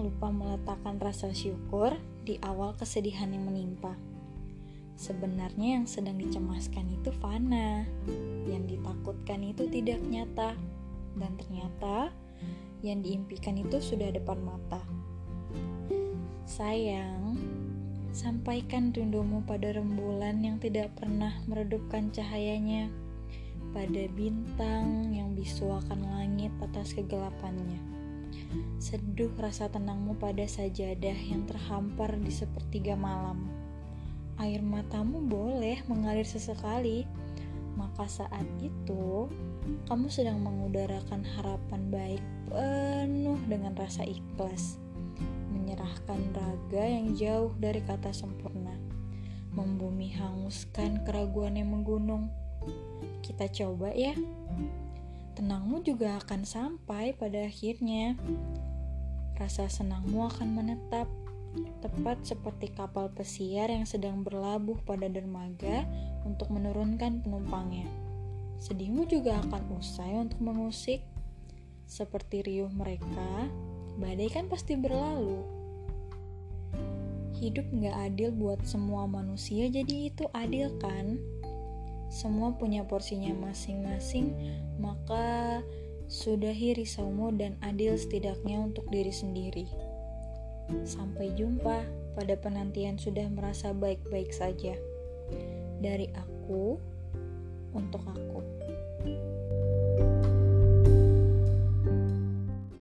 lupa meletakkan rasa syukur di awal kesedihan yang menimpa. Sebenarnya yang sedang dicemaskan itu fana, yang ditakutkan itu tidak nyata, dan ternyata yang diimpikan itu sudah depan mata. Sayang, sampaikan rindumu pada rembulan yang tidak pernah meredupkan cahayanya, pada bintang yang bisuakan langit atas kegelapannya. Seduh rasa tenangmu pada sajadah yang terhampar di sepertiga malam. Air matamu boleh mengalir sesekali, maka saat itu kamu sedang mengudarakan harapan baik penuh dengan rasa ikhlas, menyerahkan raga yang jauh dari kata sempurna, membumi hanguskan keraguan yang menggunung. Kita coba ya. Tenangmu juga akan sampai pada akhirnya. Rasa senangmu akan menetap, tepat seperti kapal pesiar yang sedang berlabuh pada dermaga untuk menurunkan penumpangnya. Sedihmu juga akan usai untuk mengusik. Seperti riuh mereka, badai kan pasti berlalu. Hidup gak adil buat semua manusia, jadi itu adil kan? Semua punya porsinya masing-masing, maka sudahi risaumu dan adil setidaknya untuk diri sendiri. Sampai jumpa pada penantian sudah merasa baik-baik saja. Dari aku, untuk aku.